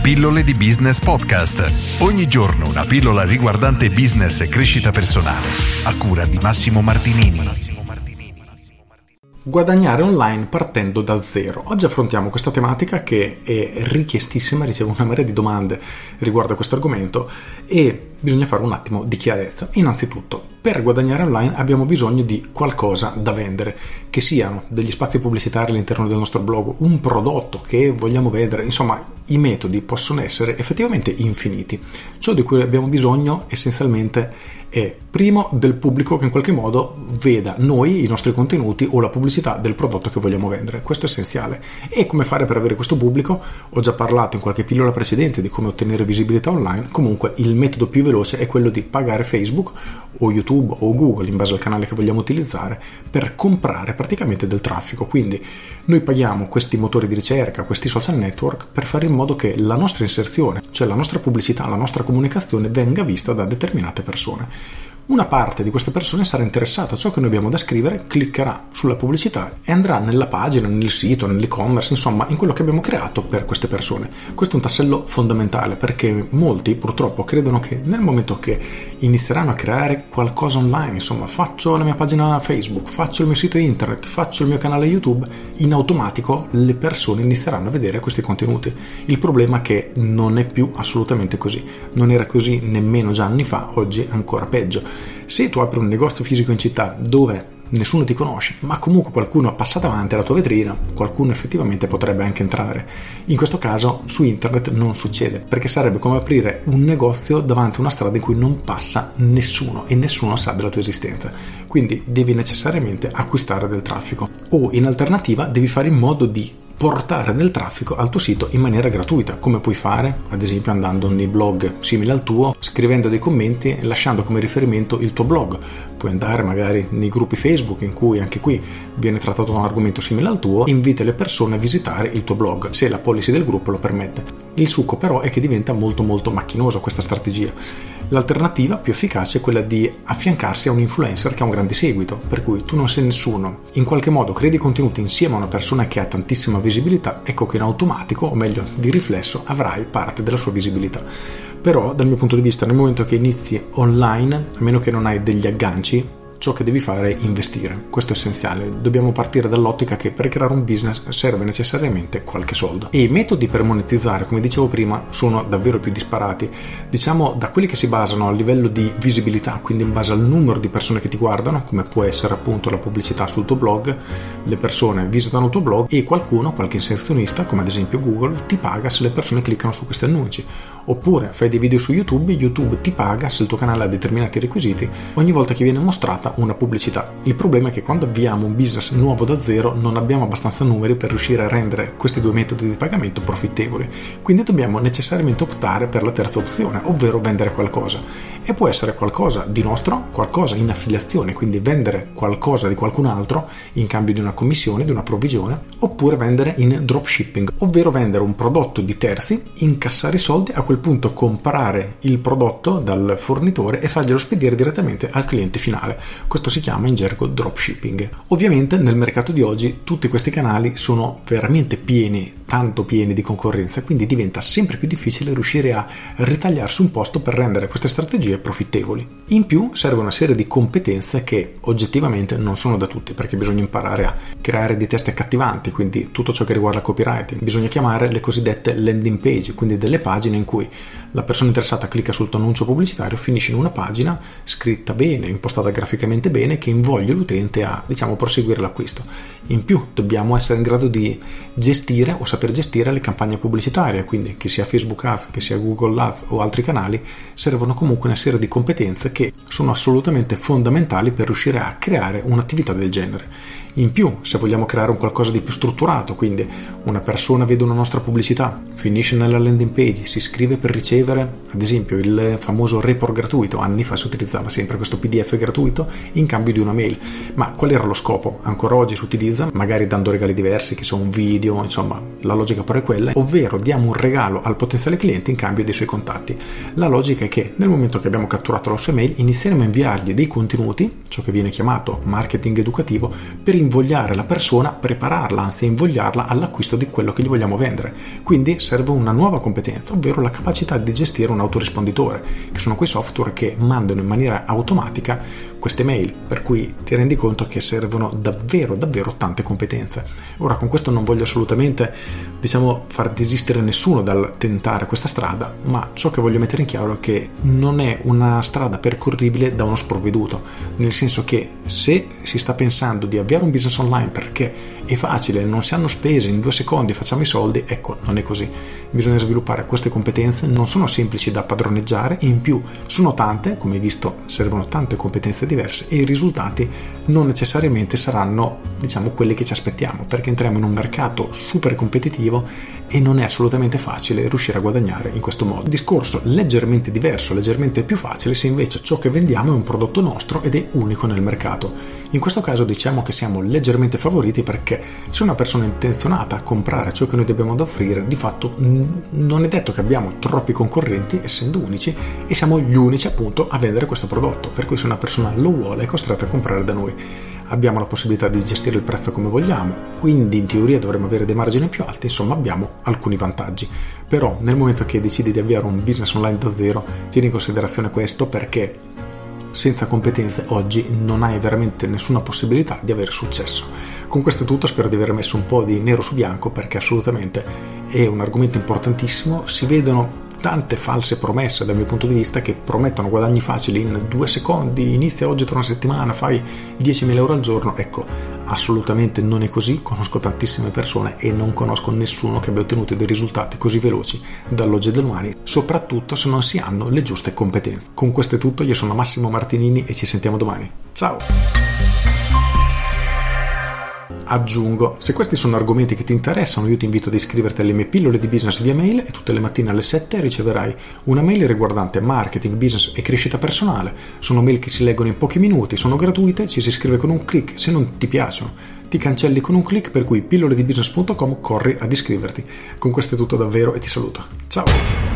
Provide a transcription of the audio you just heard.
Pillole di Business Podcast. Ogni giorno una pillola riguardante business e crescita personale. A cura di Massimo Martinini. Guadagnare online partendo da zero. Oggi affrontiamo questa tematica che è richiestissima, ricevo una marea di domande riguardo a questo argomento e bisogna fare un attimo di chiarezza. Innanzitutto, per guadagnare online abbiamo bisogno di qualcosa da vendere, che siano degli spazi pubblicitari all'interno del nostro blog, un prodotto che vogliamo vendere, insomma i metodi possono essere effettivamente infiniti. Ciò di cui abbiamo bisogno essenzialmente è, primo, del pubblico che in qualche modo veda noi, i nostri contenuti o la pubblicità del prodotto che vogliamo vendere. Questo è essenziale. E come fare per avere questo pubblico? Ho già parlato in qualche pillola precedente di come ottenere visibilità online. Comunque il metodo più veloce è quello di pagare Facebook o YouTube o Google, in base al canale che vogliamo utilizzare, per comprare praticamente del traffico. Quindi noi paghiamo questi motori di ricerca, questi social network, per fare in modo che la nostra inserzione, cioè la nostra pubblicità, la nostra comunicazione venga vista da determinate persone. Una parte di queste persone sarà interessata a ciò che noi abbiamo da scrivere, cliccherà sulla pubblicità e andrà nella pagina, nel sito, nell'e-commerce, insomma in quello che abbiamo creato per queste persone. Questo è un tassello fondamentale, perché molti purtroppo credono che nel momento che inizieranno a creare qualcosa online, insomma faccio la mia pagina Facebook, faccio il mio sito internet, faccio il mio canale YouTube, in automatico le persone inizieranno a vedere questi contenuti. Il problema è che non è più assolutamente così, non era così nemmeno già anni fa, oggi è ancora peggio. Se tu apri un negozio fisico in città dove nessuno ti conosce, ma comunque qualcuno passa davanti alla tua vetrina, qualcuno effettivamente potrebbe anche entrare. In questo caso su internet non succede, perché sarebbe come aprire un negozio davanti a una strada in cui non passa nessuno e nessuno sa della tua esistenza. Quindi devi necessariamente acquistare del traffico, o in alternativa devi fare in modo di portare del traffico al tuo sito in maniera gratuita. Come puoi fare? Ad esempio andando nei blog simili al tuo, scrivendo dei commenti e lasciando come riferimento il tuo blog. Puoi andare magari nei gruppi Facebook in cui anche qui viene trattato un argomento simile al tuo e invita le persone a visitare il tuo blog, se la policy del gruppo lo permette. Il succo però è che diventa molto macchinoso questa strategia. L'alternativa più efficace è quella di affiancarsi a un influencer che ha un grande seguito, per cui tu non sei nessuno, in qualche modo credi contenuti insieme a una persona che ha tantissima visibilità, ecco che in automatico, o meglio di riflesso, avrai parte della sua visibilità. Però dal mio punto di vista, nel momento che inizi online, a meno che non hai degli agganci, ciò che devi fare è investire. Questo è essenziale. Dobbiamo partire dall'ottica che per creare un business serve necessariamente qualche soldo. E i metodi per monetizzare, come dicevo prima, sono davvero più disparati. Diciamo da quelli che si basano a livello di visibilità, quindi in base al numero di persone che ti guardano, come può essere appunto la pubblicità sul tuo blog, le persone visitano il tuo blog e qualche inserzionista, come ad esempio Google, ti paga se le persone cliccano su questi annunci. Oppure fai dei video su YouTube, YouTube ti paga se il tuo canale ha determinati requisiti ogni volta che viene mostrata una pubblicità. Il problema è che quando avviamo un business nuovo da zero non abbiamo abbastanza numeri per riuscire a rendere questi due metodi di pagamento profittevoli, quindi dobbiamo necessariamente optare per la terza opzione, ovvero vendere qualcosa, e può essere qualcosa di nostro, qualcosa in affiliazione, quindi vendere qualcosa di qualcun altro in cambio di una commissione, di una provvigione, oppure vendere in dropshipping, ovvero vendere un prodotto di terzi, incassare i soldi, a quel punto comprare il prodotto dal fornitore e farglielo spedire direttamente al cliente finale. Questo si chiama in gergo dropshipping. Ovviamente nel mercato di oggi tutti questi canali sono veramente pieni, tanto pieni di concorrenza, quindi diventa sempre più difficile riuscire a ritagliarsi un posto per rendere queste strategie profittevoli. In più serve una serie di competenze che oggettivamente non sono da tutti, perché bisogna imparare a creare dei testi accattivanti, quindi tutto ciò che riguarda copywriting. Bisogna chiamare le cosiddette landing page, quindi delle pagine in cui la persona interessata clicca sul tuo annuncio pubblicitario, finisce in una pagina scritta bene, impostata graficamente bene, che invoglia l'utente a, proseguire l'acquisto. In più dobbiamo essere in grado di gestire o saper gestire le campagne pubblicitarie, quindi che sia Facebook Ads, che sia Google Ads o altri canali, servono comunque una serie di competenze che sono assolutamente fondamentali per riuscire a creare un'attività del genere. In più, se vogliamo creare un qualcosa di più strutturato, quindi una persona vede una nostra pubblicità, finisce nella landing page, si iscrive per ricevere ad esempio il famoso report gratuito. Anni fa si utilizzava sempre questo PDF gratuito in cambio di una mail, ma qual era lo scopo? Ancora oggi si utilizza, magari dando regali diversi, che sono un video, insomma la logica però è quella, ovvero diamo un regalo al potenziale cliente in cambio dei suoi contatti. La logica è che nel momento che abbiamo catturato la sua mail inizieremo a inviargli dei contenuti, ciò che viene chiamato marketing educativo, per invogliare la persona, prepararla, anzi invogliarla all'acquisto di quello che gli vogliamo vendere. Quindi serve una nuova competenza, ovvero la capacità di gestire un autorisponditore, che sono quei software che mandano in maniera automatica queste mail, per cui ti rendi conto che servono davvero tante competenze. Ora, con questo non voglio assolutamente far desistere nessuno dal tentare questa strada, ma ciò che voglio mettere in chiaro è che non è una strada percorribile da uno sprovveduto, nel senso che se si sta pensando di avviare un business online perché è facile, non si hanno spese, in 2 secondi facciamo i soldi, ecco, non è così. Bisogna sviluppare queste competenze, non sono semplici da padroneggiare, in più sono tante, come hai visto servono tante competenze diverse e i risultati non necessariamente saranno quelli che ci aspettiamo, perché entriamo in un mercato super competitivo e non è assolutamente facile riuscire a guadagnare in questo modo. Discorso leggermente diverso, leggermente più facile se invece ciò che vendiamo è un prodotto nostro ed è unico nel mercato. In questo caso diciamo che siamo leggermente favoriti, perché se una persona è intenzionata a comprare ciò che noi dobbiamo da offrire, di fatto non è detto che abbiamo troppi concorrenti, essendo unici, e siamo gli unici appunto a vendere questo prodotto, per cui se una persona lo vuole è costretta a comprare da noi. Abbiamo la possibilità di gestire il prezzo come vogliamo, quindi in teoria dovremmo avere dei margini più alti, insomma abbiamo alcuni vantaggi. Però nel momento che decidi di avviare un business online da zero, tieni in considerazione questo, perché senza competenze oggi non hai veramente nessuna possibilità di avere successo. Con questo è tutto, spero di aver messo un po' di nero su bianco, perché assolutamente è un argomento importantissimo. Si vedono tante false promesse dal mio punto di vista, che promettono guadagni facili in 2 secondi, inizia oggi, tra una settimana fai 10.000 euro al giorno. Ecco, assolutamente non è così. Conosco tantissime persone e non conosco nessuno che abbia ottenuto dei risultati così veloci dall'oggi al domani, soprattutto se non si hanno le giuste competenze. Con questo è tutto, io sono Massimo Martinini e ci sentiamo domani. Ciao! Aggiungo, se questi sono argomenti che ti interessano, io ti invito ad iscriverti alle mie pillole di business via mail, e tutte le mattine alle 7 riceverai una mail riguardante marketing, business e crescita personale. Sono mail che si leggono in pochi minuti, sono gratuite, ci si iscrive con un click. Se non ti piacciono ti cancelli con un click, per cui pilloledibusiness.com, corri ad iscriverti. Con questo è tutto davvero e ti saluto. Ciao!